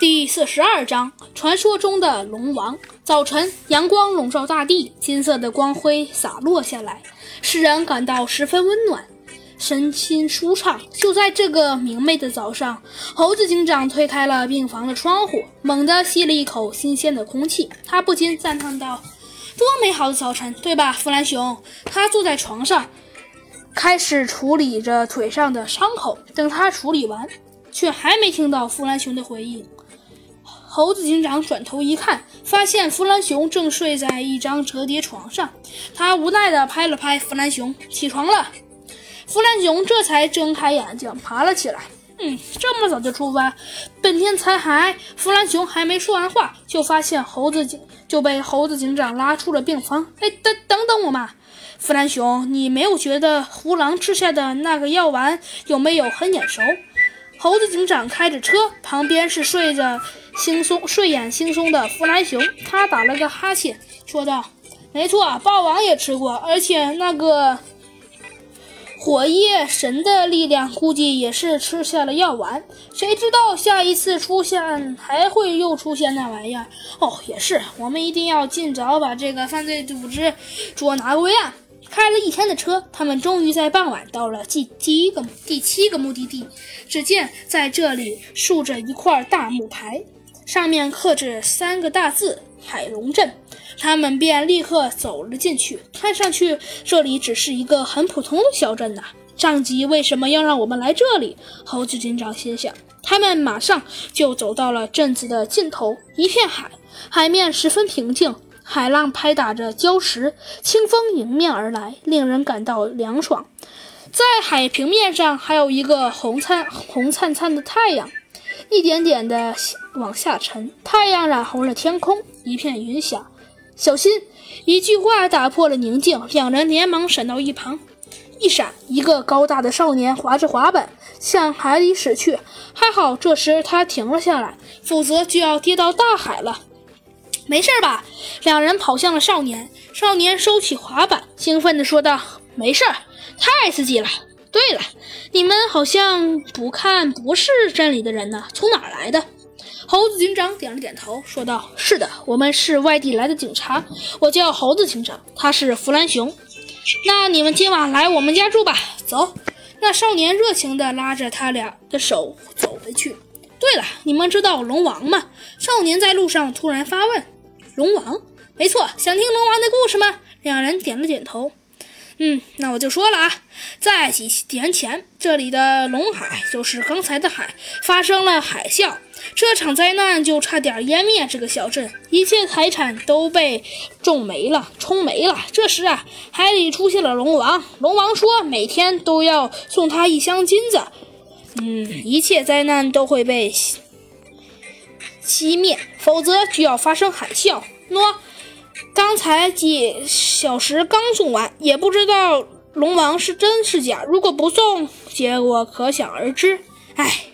第42章，传说中的龙王。早晨，阳光笼罩大地，金色的光辉洒落下来，使人感到十分温暖，身心舒畅。就在这个明媚的早上，猴子警长推开了病房的窗户，猛地吸了一口新鲜的空气，他不禁赞叹道：多美好的早晨，对吧，弗兰熊？他坐在床上，开始处理着腿上的伤口。等他处理完，却还没听到弗兰熊的回应。猴子警长转头一看，发现弗兰熊正睡在一张折叠床上。他无奈地拍了拍弗兰熊：起床了。弗兰熊这才睁开眼睛，爬了起来。这么早就出发，本天才还。弗兰熊还没说完话，就发现就被猴子警长拉出了病房。等等我嘛，弗兰熊，你没有觉得胡狼吃下的那个药丸有没有很眼熟？猴子警长开着车，旁边是睡眼惺忪的弗兰熊。他打了个哈欠，说道：没错，豹王也吃过，而且那个火焰神的力量估计也是吃下了药丸，谁知道下一次出现还会又出现那玩意儿。也是，我们一定要尽早把这个犯罪组织捉拿归案。开了一天的车，他们终于在傍晚到了第7个目的地。只见在这里竖着一块大木牌，上面刻着3个大字：海龙镇。他们便立刻走了进去。看上去这里只是一个很普通的小镇呐，上级为什么要让我们来这里？猴子警长心想。他们马上就走到了镇子的尽头，一片海，海面十分平静，海浪拍打着礁石，清风迎面而来，令人感到凉爽。在海平面上还有一个红灿灿的太阳，一点点的往下沉，太阳染红了天空，一片云霞。小心！一句话打破了宁静，两人连忙闪到一旁。一闪，一个高大的少年划着滑板向海里驶去，还好这时他停了下来，否则就要跌到大海了。没事吧？两人跑向了少年，少年收起滑板，兴奋地说道：没事，太刺激了。对了，你们好像不是镇里的人呢，从哪儿来的？猴子警长点了点头，说道：是的，我们是外地来的警察，我叫猴子警长，他是弗兰熊。那你们今晚来我们家住吧，走。那少年热情地拉着他俩的手走回去。对了，你们知道龙王吗？少年在路上突然发问。龙王？没错，想听龙王的故事吗？两人点了点头。那我就说了啊，在几年前，这里的龙海，就是刚才的海，发生了海啸，这场灾难就差点湮灭这个小镇，一切财产都被冲没了。这时啊，海里出现了龙王，龙王说每天都要送他1箱金子，一切灾难都会被熄灭，否则就要发生海啸。刚才几小时刚送完，也不知道龙王是真是假，如果不送，结果可想而知。